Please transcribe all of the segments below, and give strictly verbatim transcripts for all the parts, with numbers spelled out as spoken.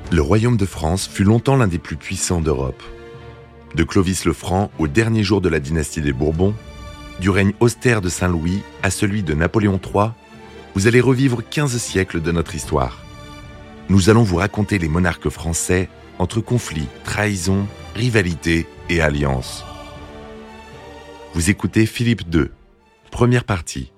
Le royaume de France fut longtemps l'un des plus puissants d'Europe. De Clovis le Franc au dernier jour de la dynastie des Bourbons, du règne austère de Saint-Louis à celui de Napoléon trois, vous allez revivre quinze siècles de notre histoire. Nous allons vous raconter les monarques français entre conflits, trahisons, rivalités et alliances. Vous écoutez Philippe deux, première partie.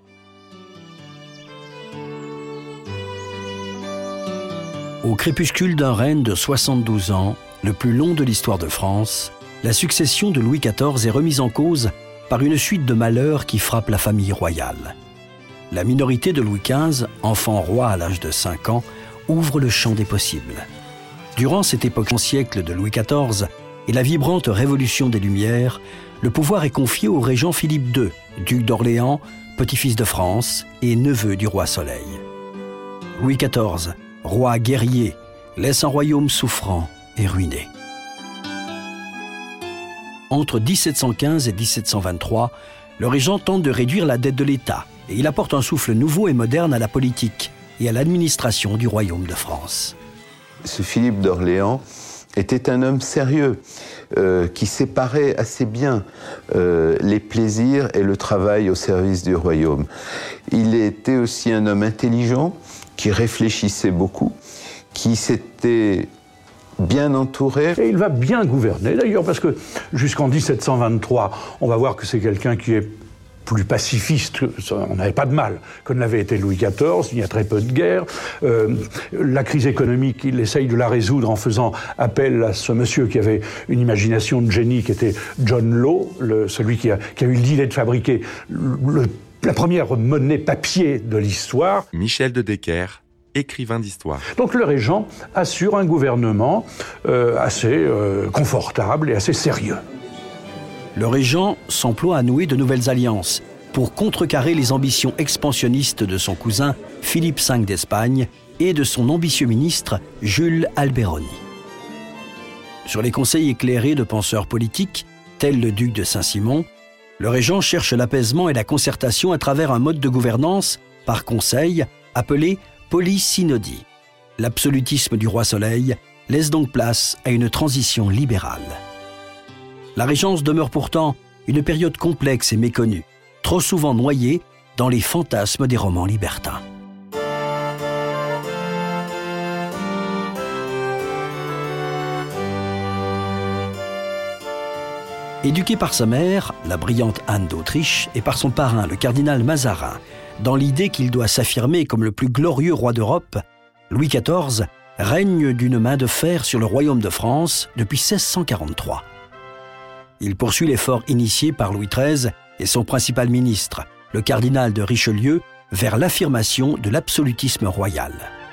Au crépuscule d'un règne de soixante-douze ans, le plus long de l'histoire de France, la succession de Louis quatorze est remise en cause par une suite de malheurs qui frappent la famille royale. La minorité de Louis quinze, enfant roi à l'âge de cinq ans, ouvre le champ des possibles. Durant cette époque en siècle de Louis quatorze et la vibrante révolution des Lumières, le pouvoir est confié au régent Philippe deux, duc d'Orléans, petit-fils de France et neveu du roi Soleil. Louis quatorze, roi guerrier, laisse un royaume souffrant et ruiné. Entre dix-sept cent quinze et dix-sept cent vingt-trois, le régent tente de réduire la dette de l'État et il apporte un souffle nouveau et moderne à la politique et à l'administration du royaume de France. Ce Philippe d'Orléans était un homme sérieux, euh, qui séparait assez bien euh, les plaisirs et le travail au service du royaume. Il était aussi un homme intelligent, qui réfléchissait beaucoup, qui s'était bien entouré. Et il va bien gouverner, d'ailleurs, parce que jusqu'en dix-sept cent vingt-trois, on va voir que c'est quelqu'un qui est plus pacifiste, on n'avait pas de mal, que ne l'avait été Louis quatorze, il y a très peu de guerre. Euh, la crise économique, il essaye de la résoudre en faisant appel à ce monsieur qui avait une imagination de génie, qui était John Law, le, celui qui a, qui a eu l'idée de fabriquer le, la première monnaie papier de l'histoire. Michel de Decker, écrivain d'histoire. Donc le régent assure un gouvernement euh, assez euh, confortable et assez sérieux. Le régent s'emploie à nouer de nouvelles alliances pour contrecarrer les ambitions expansionnistes de son cousin Philippe cinq d'Espagne et de son ambitieux ministre Jules Alberoni. Sur les conseils éclairés de penseurs politiques, tels le duc de Saint-Simon, le régent cherche l'apaisement et la concertation à travers un mode de gouvernance par conseil appelé polysynodie. L'absolutisme du roi Soleil laisse donc place à une transition libérale. La régence demeure pourtant une période complexe et méconnue, trop souvent noyée dans les fantasmes des romans libertins. Éduqué par sa mère, la brillante Anne d'Autriche, et par son parrain, le cardinal Mazarin, dans l'idée qu'il doit s'affirmer comme le plus glorieux roi d'Europe, Louis quatorze règne d'une main de fer sur le royaume de France depuis seize cent quarante-trois. Il poursuit l'effort initié par Louis treize et son principal ministre, le cardinal de Richelieu, vers l'affirmation de l'absolutisme royal.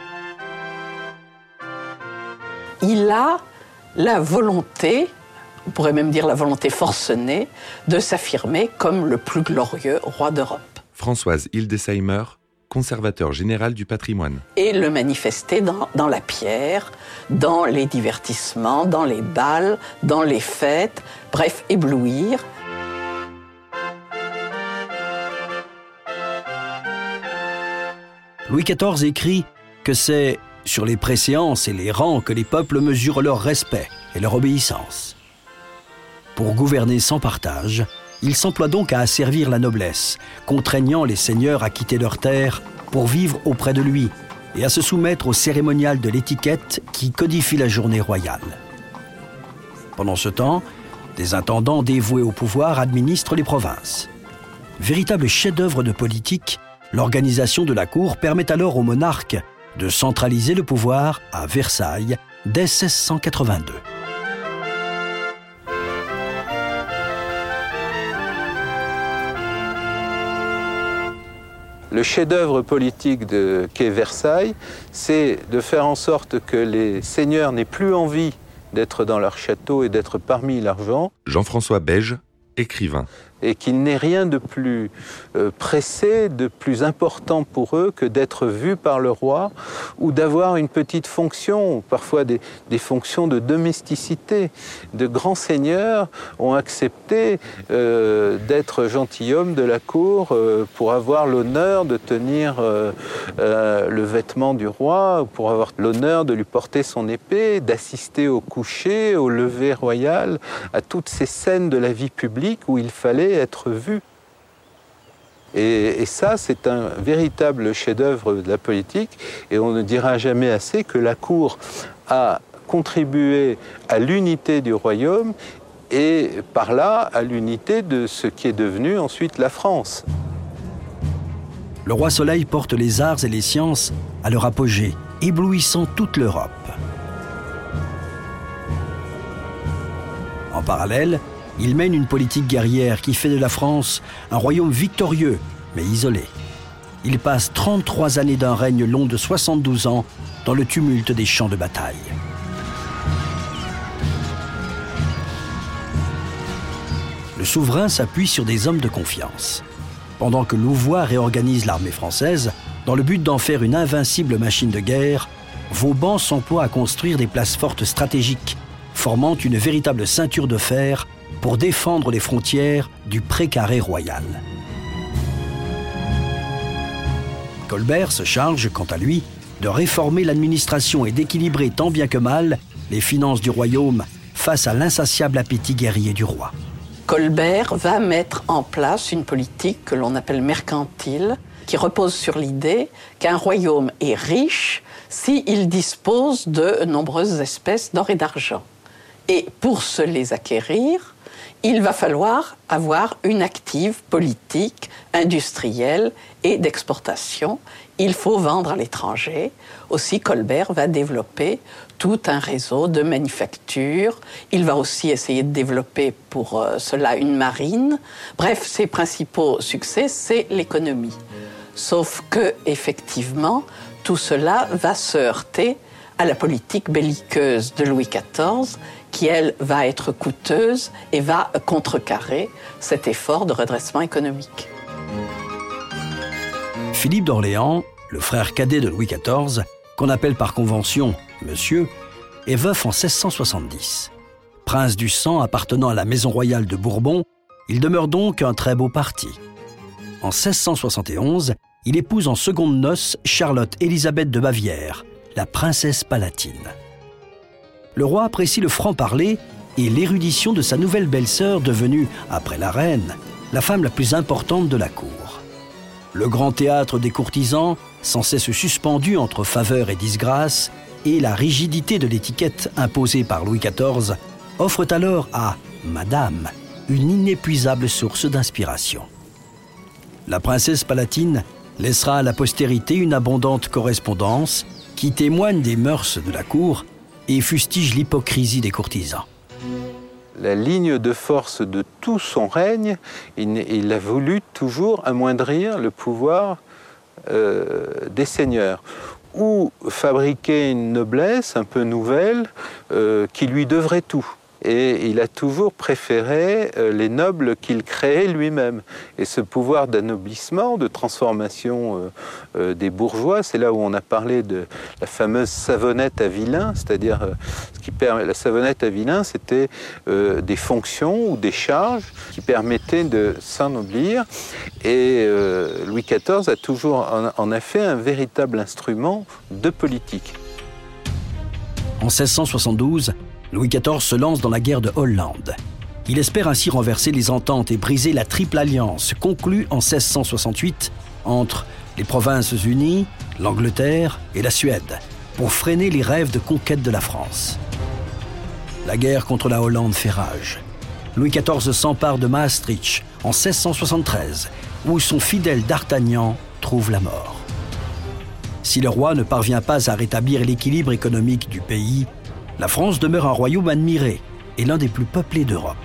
Il a la volonté, on pourrait même dire la volonté forcenée, de s'affirmer comme le plus glorieux roi d'Europe. Françoise Hildesheimer, conservateur général du patrimoine. Et le manifester dans, dans la pierre, dans les divertissements, dans les bals, dans les fêtes, bref, éblouir. Louis quatorze écrit que c'est sur les préséances et les rangs que les peuples mesurent leur respect et leur obéissance. Pour gouverner sans partage, il s'emploie donc à asservir la noblesse, contraignant les seigneurs à quitter leurs terres pour vivre auprès de lui et à se soumettre au cérémonial de l'étiquette qui codifie la journée royale. Pendant ce temps, des intendants dévoués au pouvoir administrent les provinces. Véritable chef-d'œuvre de politique, l'organisation de la cour permet alors au monarque de centraliser le pouvoir à Versailles dès seize cent quatre-vingt-deux. Le chef-d'œuvre politique de qu'est Versailles, c'est de faire en sorte que les seigneurs n'aient plus envie d'être dans leur château et d'être parmi l'argent. Jean-François Beige, écrivain. et qu'il n'est rien de plus euh, pressé, de plus important pour eux que d'être vus par le roi ou d'avoir une petite fonction, parfois des, des fonctions de domesticité. De grands seigneurs ont accepté euh, d'être gentilshommes de la cour euh, pour avoir l'honneur de tenir euh, euh, le vêtement du roi, pour avoir l'honneur de lui porter son épée, d'assister au coucher, au lever royal, à toutes ces scènes de la vie publique où il fallait être vu. Et, et ça, c'est un véritable chef-d'œuvre de la politique, et on ne dira jamais assez que la cour a contribué à l'unité du royaume et par là à l'unité de ce qui est devenu ensuite la France. Le roi Soleil porte les arts et les sciences à leur apogée, éblouissant toute l'Europe. En parallèle, il mène une politique guerrière qui fait de la France un royaume victorieux, mais isolé. Il passe trente-trois années d'un règne long de soixante-douze ans dans le tumulte des champs de bataille. Le souverain s'appuie sur des hommes de confiance. Pendant que Louvois réorganise l'armée française, dans le but d'en faire une invincible machine de guerre, Vauban s'emploie à construire des places fortes stratégiques, formant une véritable ceinture de fer pour défendre les frontières du pré-carré royal. Colbert se charge, quant à lui, de réformer l'administration et d'équilibrer tant bien que mal les finances du royaume face à l'insatiable appétit guerrier du roi. Colbert va mettre en place une politique que l'on appelle mercantile, qui repose sur l'idée qu'un royaume est riche s'il dispose de nombreuses espèces d'or et d'argent. Et pour se les acquérir, il va falloir avoir une active politique industrielle et d'exportation. Il faut vendre à l'étranger. Aussi, Colbert va développer tout un réseau de manufactures. Il va aussi essayer de développer pour euh, cela une marine. Bref, ses principaux succès, c'est l'économie. Sauf que, effectivement, tout cela va se heurter à la politique belliqueuse de Louis quatorze, qui, elle, va être coûteuse et va contrecarrer cet effort de redressement économique. Philippe d'Orléans, le frère cadet de Louis quatorze, qu'on appelle par convention Monsieur, est veuf en seize cent soixante-dix. Prince du sang appartenant à la maison royale de Bourbon, il demeure donc un très beau parti. En seize cent soixante et onze, il épouse en secondes noces Charlotte-Élisabeth de Bavière, la princesse palatine. Le roi apprécie le franc-parler et l'érudition de sa nouvelle belle-sœur devenue, après la reine, la femme la plus importante de la cour. Le grand théâtre des courtisans, sans cesse suspendu entre faveur et disgrâce, et la rigidité de l'étiquette imposée par Louis quatorze, offrent alors à Madame une inépuisable source d'inspiration. La princesse palatine laissera à la postérité une abondante correspondance qui témoigne des mœurs de la cour et fustige l'hypocrisie des courtisans. La ligne de force de tout son règne, il, il a voulu toujours amoindrir le pouvoir euh, des seigneurs, ou fabriquer une noblesse un peu nouvelle euh, qui lui devrait tout. Et il a toujours préféré euh, les nobles qu'il créait lui-même. Et ce pouvoir d'anoblissement, de transformation euh, euh, des bourgeois, c'est là où on a parlé de la fameuse savonnette à vilain, c'est-à-dire euh, ce qui permet, la savonnette à vilain, c'était euh, des fonctions ou des charges qui permettaient de s'ennoblir. Et euh, Louis quatorze a toujours en, en a fait un véritable instrument de politique. En seize cent soixante-douze, Louis quatorze se lance dans la guerre de Hollande. Il espère ainsi renverser les ententes et briser la triple alliance conclue en seize cent soixante-huit entre les Provinces-Unies, l'Angleterre et la Suède, pour freiner les rêves de conquête de la France. La guerre contre la Hollande fait rage. Louis quatorze s'empare de Maastricht en seize cent soixante-treize, où son fidèle d'Artagnan trouve la mort. Si le roi ne parvient pas à rétablir l'équilibre économique du pays, la France demeure un royaume admiré et l'un des plus peuplés d'Europe.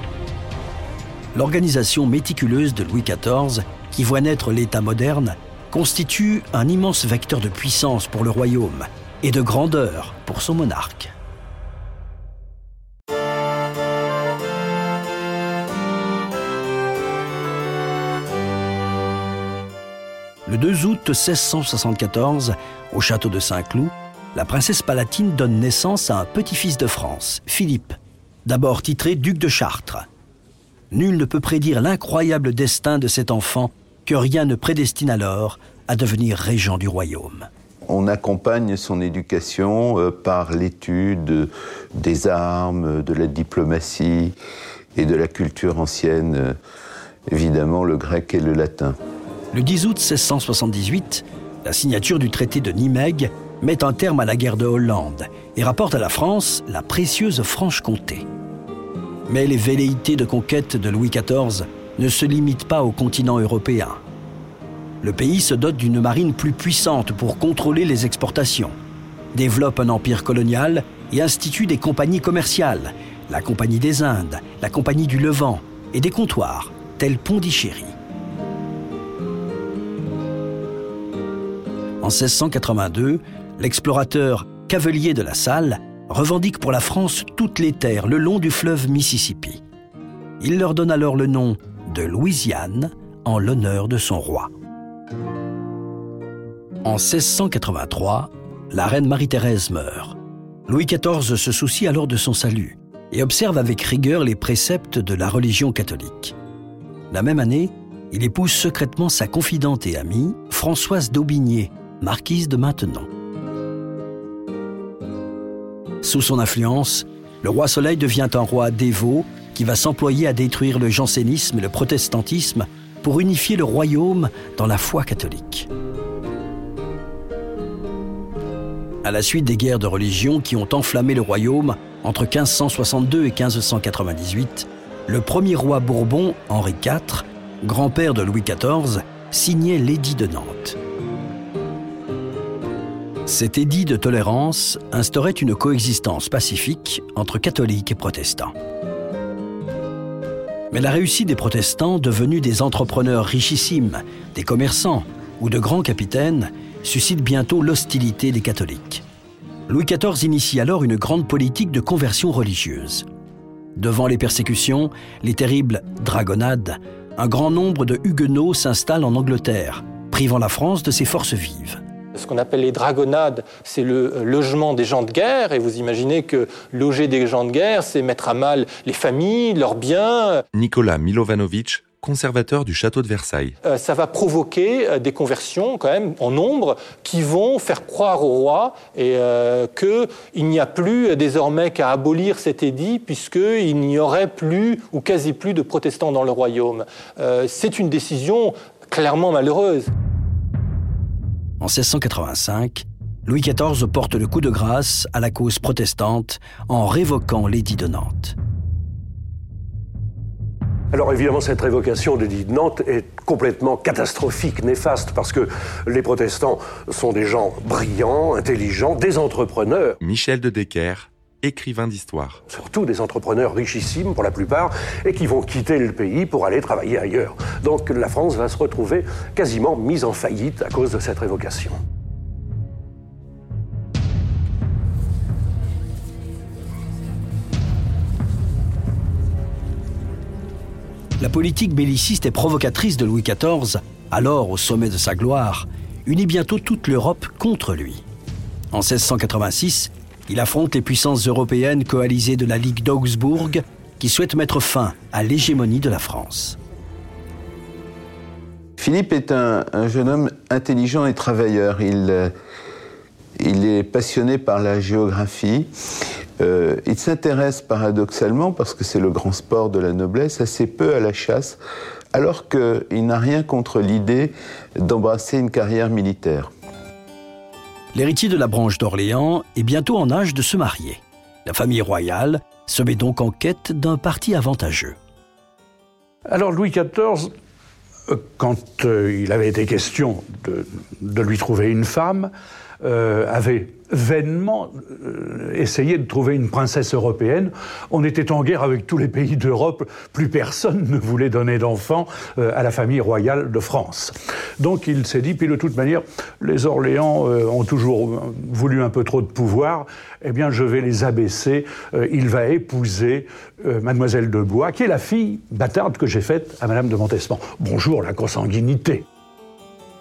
L'organisation méticuleuse de Louis quatorze, qui voit naître l'État moderne, constitue un immense vecteur de puissance pour le royaume et de grandeur pour son monarque. Le deux août seize cent soixante-quatorze, au château de Saint-Cloud, la princesse palatine donne naissance à un petit-fils de France, Philippe, d'abord titré duc de Chartres. Nul ne peut prédire l'incroyable destin de cet enfant que rien ne prédestine alors à devenir régent du royaume. On accompagne son éducation euh, par l'étude des armes, de la diplomatie et de la culture ancienne, euh, évidemment le grec et le latin. Le dix août seize cent soixante-dix-huit, la signature du traité de Nimègue met un terme à la guerre de Hollande et rapporte à la France la précieuse Franche-Comté. Mais les velléités de conquête de Louis quatorze ne se limitent pas au continent européen. Le pays se dote d'une marine plus puissante pour contrôler les exportations, développe un empire colonial et institue des compagnies commerciales, la Compagnie des Indes, la Compagnie du Levant et des comptoirs, tels Pondichéry. En seize cent quatre-vingt-deux, l'explorateur Cavelier de la Salle revendique pour la France toutes les terres le long du fleuve Mississippi. Il leur donne alors le nom de Louisiane en l'honneur de son roi. En seize cent quatre-vingt-trois, la reine Marie-Thérèse meurt. Louis quatorze se soucie alors de son salut et observe avec rigueur les préceptes de la religion catholique. La même année, il épouse secrètement sa confidente et amie, Françoise d'Aubigné, marquise de Maintenon. Sous son influence, le roi Soleil devient un roi dévot qui va s'employer à détruire le jansénisme et le protestantisme pour unifier le royaume dans la foi catholique. À la suite des guerres de religion qui ont enflammé le royaume entre quinze cent soixante-deux et quinze cent quatre-vingt-dix-huit, le premier roi Bourbon, Henri quatre, grand-père de Louis quatorze, signait l'édit de Nantes. Cet édit de tolérance instaurait une coexistence pacifique entre catholiques et protestants. Mais la réussite des protestants, devenus des entrepreneurs richissimes, des commerçants ou de grands capitaines, suscite bientôt l'hostilité des catholiques. Louis quatorze initie alors une grande politique de conversion religieuse. Devant les persécutions, les terribles dragonnades, un grand nombre de huguenots s'installent en Angleterre, privant la France de ses forces vives. Ce qu'on appelle les dragonnades, c'est le logement des gens de guerre. Et vous imaginez que loger des gens de guerre, c'est mettre à mal les familles, leurs biens. Nicolas Milovanovic, conservateur du château de Versailles. Euh, ça va provoquer euh, des conversions, quand même, en nombre, qui vont faire croire au roi et, euh, qu'il n'y a plus euh, désormais qu'à abolir cet édit, puisqu'il n'y aurait plus ou quasi plus de protestants dans le royaume. Euh, c'est une décision clairement malheureuse. En seize cent quatre-vingt-cinq, Louis quatorze porte le coup de grâce à la cause protestante en révoquant l'édit de Nantes. Alors évidemment, cette révocation de l'édit de Nantes est complètement catastrophique, néfaste, parce que les protestants sont des gens brillants, intelligents, des entrepreneurs. Michel de Decker, écrivain d'histoire. Surtout des entrepreneurs richissimes pour la plupart, et qui vont quitter le pays pour aller travailler ailleurs. Donc la France va se retrouver quasiment mise en faillite à cause de cette révocation. La politique belliciste et provocatrice de Louis quatorze, alors au sommet de sa gloire, unit bientôt toute l'Europe contre lui. En seize cent quatre-vingt-six, il affronte les puissances européennes coalisées de la Ligue d'Augsbourg qui souhaitent mettre fin à l'hégémonie de la France. Philippe est un, un jeune homme intelligent et travailleur. Il, euh, il est passionné par la géographie. Euh, il s'intéresse paradoxalement, parce que c'est le grand sport de la noblesse, assez peu à la chasse, alors qu'il n'a rien contre l'idée d'embrasser une carrière militaire. L'héritier de la branche d'Orléans est bientôt en âge de se marier. La famille royale se met donc en quête d'un parti avantageux. Alors Louis quatorze, quand euh, il avait été question de, de lui trouver une femme, euh, avait vainement euh, essayé de trouver une princesse européenne. On était en guerre avec tous les pays d'Europe. Plus personne ne voulait donner d'enfants euh, à la famille royale de France. Donc il s'est dit, puis de toute manière, les Orléans euh, ont toujours voulu un peu trop de pouvoir, eh bien je vais les abaisser. Euh, il va épouser euh, Mademoiselle de Blois, qui est la fille bâtarde que j'ai faite à Madame de Montespan. Bonjour la consanguinité.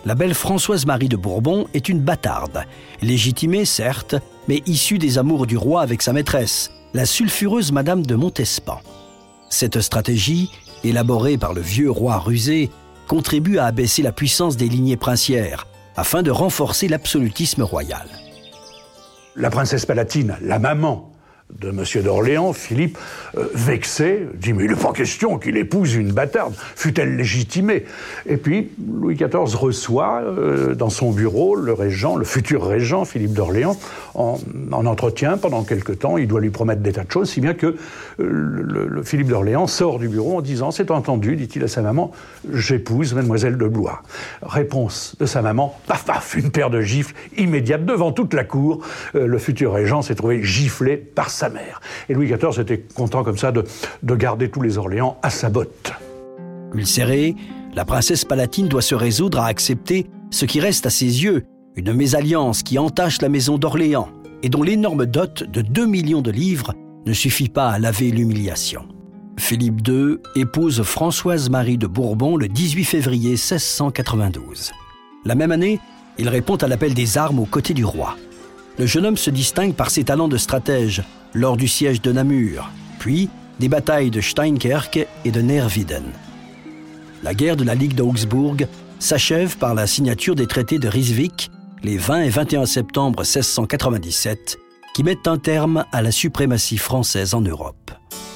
la belle Françoise-Marie de Bourbon est une bâtarde, légitimée certes, mais issue des amours du roi avec sa maîtresse, la sulfureuse Madame de Montespan. Cette stratégie, élaborée par le vieux roi rusé, contribue à abaisser la puissance des lignées princières, afin de renforcer l'absolutisme royal. La princesse Palatine, la maman de M. d'Orléans, Philippe, euh, vexé, dit « Mais il n'est pas question qu'il épouse une bâtarde, fût-elle légitimée ?» Et puis, Louis quatorze reçoit euh, dans son bureau le régent, le futur régent, Philippe d'Orléans, en, en entretien pendant quelque temps. Il doit lui promettre des tas de choses, si bien que euh, le, le Philippe d'Orléans sort du bureau en disant « C'est entendu, dit-il à sa maman, j'épouse mademoiselle de Blois. » Réponse de sa maman, paf paf, une paire de gifles immédiates devant toute la cour. Euh, le futur régent s'est trouvé giflé par sa mère. Et Louis quatorze était content comme ça de, de garder tous les Orléans à sa botte. Ulcérée, la princesse Palatine doit se résoudre à accepter ce qui reste à ses yeux, une mésalliance qui entache la maison d'Orléans et dont l'énorme dot de deux millions de livres ne suffit pas à laver l'humiliation. Philippe deux épouse Françoise-Marie de Bourbon le dix-huit février seize cent quatre-vingt-douze. La même année, il répond à l'appel des armes aux côtés du roi. Le jeune homme se distingue par ses talents de stratège lors du siège de Namur, puis des batailles de Steinkerke et de Neerwinden. La guerre de la Ligue d'Augsbourg s'achève par la signature des traités de Ryswick les vingt et vingt et un septembre seize cent quatre-vingt-dix-sept, qui mettent un terme à la suprématie française en Europe.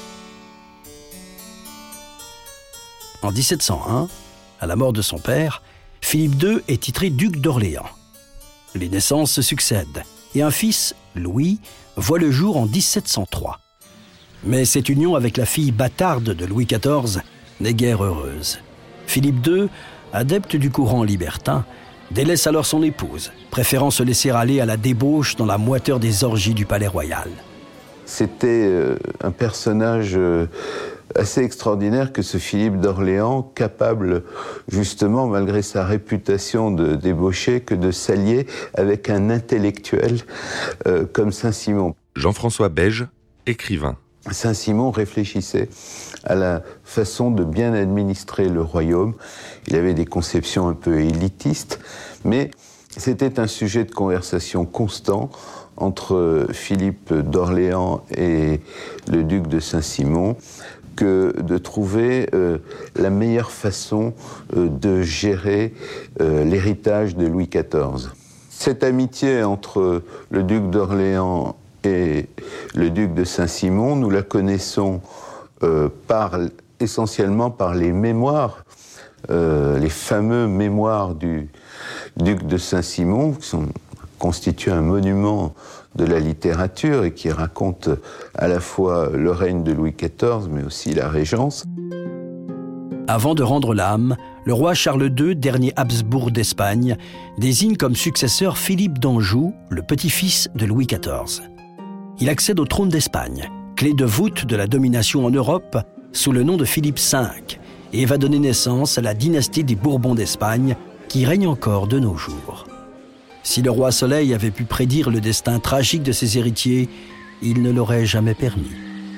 En dix-sept cent un, à la mort de son père, Philippe deux est titré duc d'Orléans. Les naissances se succèdent, et un fils, Louis, voit le jour en dix-sept cent trois. Mais cette union avec la fille bâtarde de Louis quatorze n'est guère heureuse. Philippe deux, adepte du courant libertin, délaisse alors son épouse, préférant se laisser aller à la débauche dans la moiteur des orgies du palais royal. C'était euh, un personnage euh, assez extraordinaire que ce Philippe d'Orléans, capable justement, malgré sa réputation de débauché, que de s'allier avec un intellectuel euh, comme Saint-Simon. Jean-François Beige, écrivain. Saint-Simon réfléchissait à la façon de bien administrer le royaume. Il avait des conceptions un peu élitistes, mais c'était un sujet de conversation constant entre Philippe d'Orléans et le duc de Saint-Simon, que de trouver euh, la meilleure façon euh, de gérer euh, l'héritage de Louis quatorze. Cette amitié entre le duc d'Orléans et le duc de Saint-Simon, nous la connaissons euh, par, essentiellement par les mémoires, euh, les fameux mémoires du duc de Saint-Simon, qui sont, constituent un monument de la littérature et qui racontent à la fois le règne de Louis quatorze, mais aussi la régence. Avant de rendre l'âme, le roi Charles deux, dernier Habsbourg d'Espagne, désigne comme successeur Philippe d'Anjou, le petit-fils de Louis quatorze. Il accède au trône d'Espagne, clé de voûte de la domination en Europe, sous le nom de Philippe cinq, et va donner naissance à la dynastie des Bourbons d'Espagne, qui règne encore de nos jours. Si le roi Soleil avait pu prédire le destin tragique de ses héritiers, il ne l'aurait jamais permis.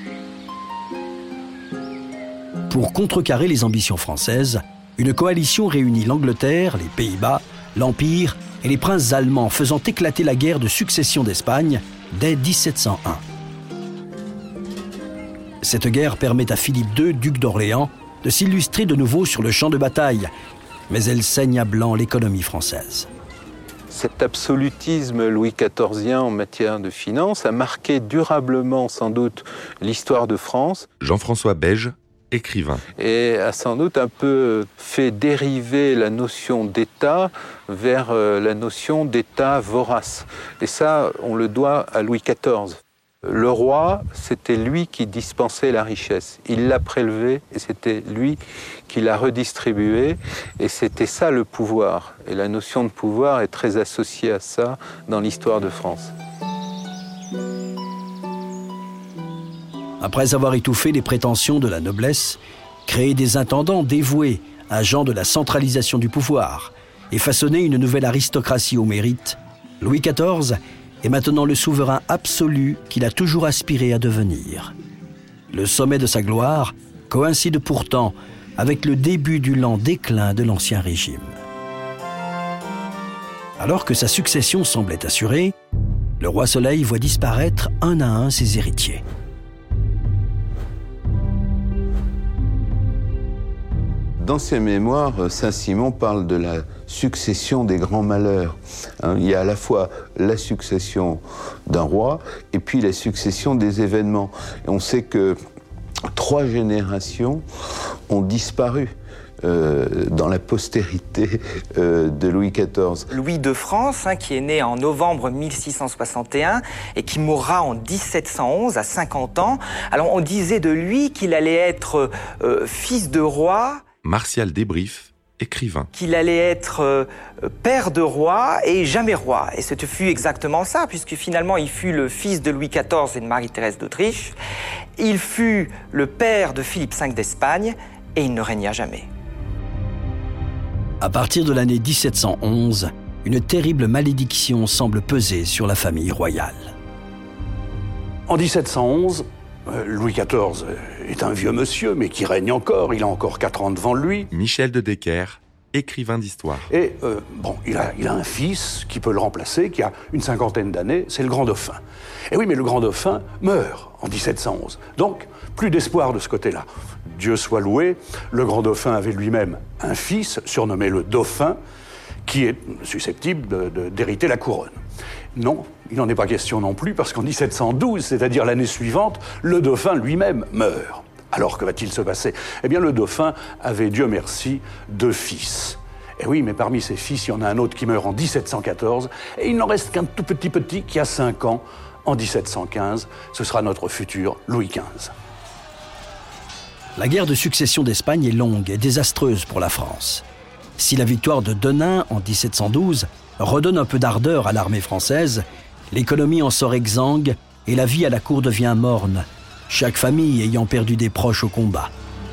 Pour contrecarrer les ambitions françaises, une coalition réunit l'Angleterre, les Pays-Bas, l'Empire et les princes allemands, faisant éclater la guerre de succession d'Espagne dès dix-sept cent un. Cette guerre permet à Philippe deux, duc d'Orléans, de s'illustrer de nouveau sur le champ de bataille, mais elle saigne à blanc l'économie française. Cet absolutisme louis quatorzien en matière de finances a marqué durablement, sans doute, l'histoire de France. Jean-François Beige, écrivain. Et a sans doute un peu fait dériver la notion d'État vers la notion d'État vorace. Et ça, on le doit à Louis quatorze. Le roi, c'était lui qui dispensait la richesse. Il l'a prélevée et c'était lui qui l'a redistribuée. Et c'était ça le pouvoir. Et la notion de pouvoir est très associée à ça dans l'histoire de France. Après avoir étouffé les prétentions de la noblesse, créé des intendants dévoués, agents de la centralisation du pouvoir, et façonné une nouvelle aristocratie au mérite, Louis quatorze est maintenant le souverain absolu qu'il a toujours aspiré à devenir. Le sommet de sa gloire coïncide pourtant avec le début du lent déclin de l'Ancien Régime. Alors que sa succession semblait assurée, le roi Soleil voit disparaître un à un ses héritiers. Dans ses mémoires, Saint-Simon parle de la succession des grands malheurs. Hein, il y a à la fois la succession d'un roi et puis la succession des événements. Et on sait que trois générations ont disparu euh, dans la postérité euh, de Louis quatorze. Louis de France, hein, qui est né en novembre mille six cent soixante et un et qui mourra en dix-sept cent onze à cinquante ans. Alors on disait de lui qu'il allait être euh, fils de roi, Martial Desbriefs, écrivain. Qu'il allait être euh, père de roi et jamais roi. Et ce fut exactement ça, puisque finalement il fut le fils de Louis quatorze et de Marie-Thérèse d'Autriche. Il fut le père de Philippe cinq d'Espagne et il ne régna jamais. À partir de l'année dix-sept cent onze, une terrible malédiction semble peser sur la famille royale. En dix-sept cent onze, Louis quatorze est un vieux monsieur, mais qui règne encore. Il a encore quatre ans devant lui. Michel de Decker, écrivain d'histoire. Et euh, bon, il a, il a un fils qui peut le remplacer, qui a une cinquantaine d'années, c'est le grand dauphin. Et oui, mais le grand dauphin meurt en dix-sept cent onze. Donc, plus d'espoir de ce côté-là. Dieu soit loué, le grand dauphin avait lui-même un fils, surnommé le dauphin, qui est susceptible de, de, d'hériter la couronne. Non, il n'en est pas question non plus, parce qu'en dix-sept cent douze, c'est-à-dire l'année suivante, le dauphin lui-même meurt. Alors, que va-t-il se passer ? Eh bien, le dauphin avait, Dieu merci, deux fils. Et oui, mais parmi ses fils, il y en a un autre qui meurt en dix-sept cent quatorze, et il n'en reste qu'un tout petit petit qui a cinq ans, en dix-sept cent quinze. Ce sera notre futur Louis quinze. La guerre de succession d'Espagne est longue et désastreuse pour la France. Si la victoire de Denain en dix-sept cent douze redonne un peu d'ardeur à l'armée française, l'économie en sort exsangue et la vie à la cour devient morne, chaque famille ayant perdu des proches au combat.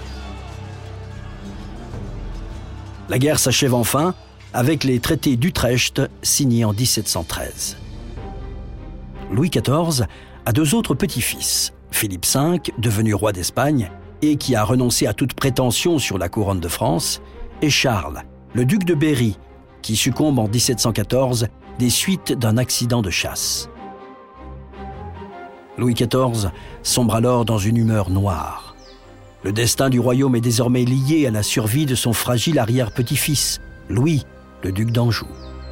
La guerre s'achève enfin avec les traités d'Utrecht signés en dix-sept cent treize. Louis quatorze a deux autres petits-fils, Philippe cinq, devenu roi d'Espagne et qui a renoncé à toute prétention sur la couronne de France, et Charles, le duc de Berry, qui succombe en dix-sept cent quatorze des suites d'un accident de chasse. Louis quatorze sombre alors dans une humeur noire. Le destin du royaume est désormais lié à la survie de son fragile arrière-petit-fils, Louis, le duc d'Anjou.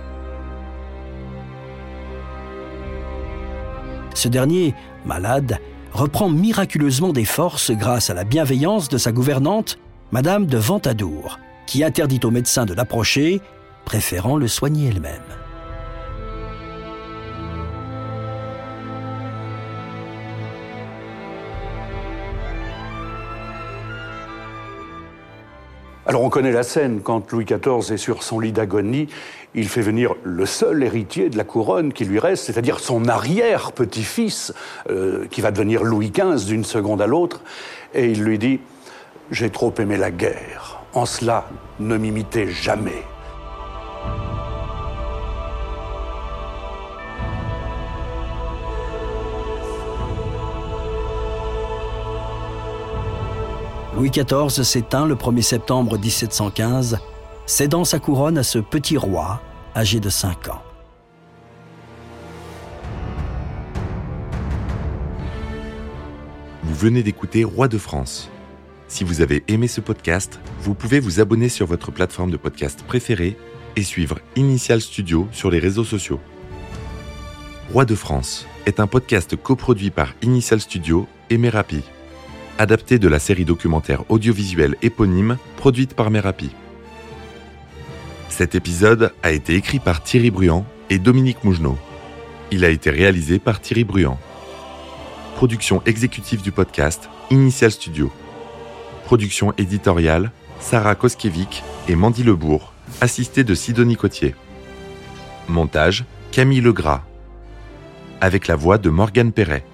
Ce dernier, malade, reprend miraculeusement des forces grâce à la bienveillance de sa gouvernante, Madame de Ventadour, qui interdit aux médecins de l'approcher, préférant le soigner elle-même. Alors on connaît la scène, quand Louis quatorze est sur son lit d'agonie, il fait venir le seul héritier de la couronne qui lui reste, c'est-à-dire son arrière-petit-fils, euh, qui va devenir Louis quinze d'une seconde à l'autre, et il lui dit « J'ai trop aimé la guerre, en cela ne m'imitez jamais ». Louis quatorze s'éteint le premier septembre dix-sept cent quinze, cédant sa couronne à ce petit roi âgé de cinq ans. Vous venez d'écouter Roi de France. Si vous avez aimé ce podcast, vous pouvez vous abonner sur votre plateforme de podcast préférée et suivre Initial Studio sur les réseaux sociaux. Roi de France est un podcast coproduit par Initial Studio et Merapi, adapté de la série documentaire audiovisuelle éponyme produite par Merapi. Cet épisode a été écrit par Thierry Bruand et Dominique Mougenot. Il a été réalisé par Thierry Bruand. Production exécutive du podcast, Initial Studio. Production éditoriale, Sarah Koskiewicz et Mandy Lebourg, assistée de Sidonie Cotier. Montage, Camille Legras. Avec la voix de Morgane Perret.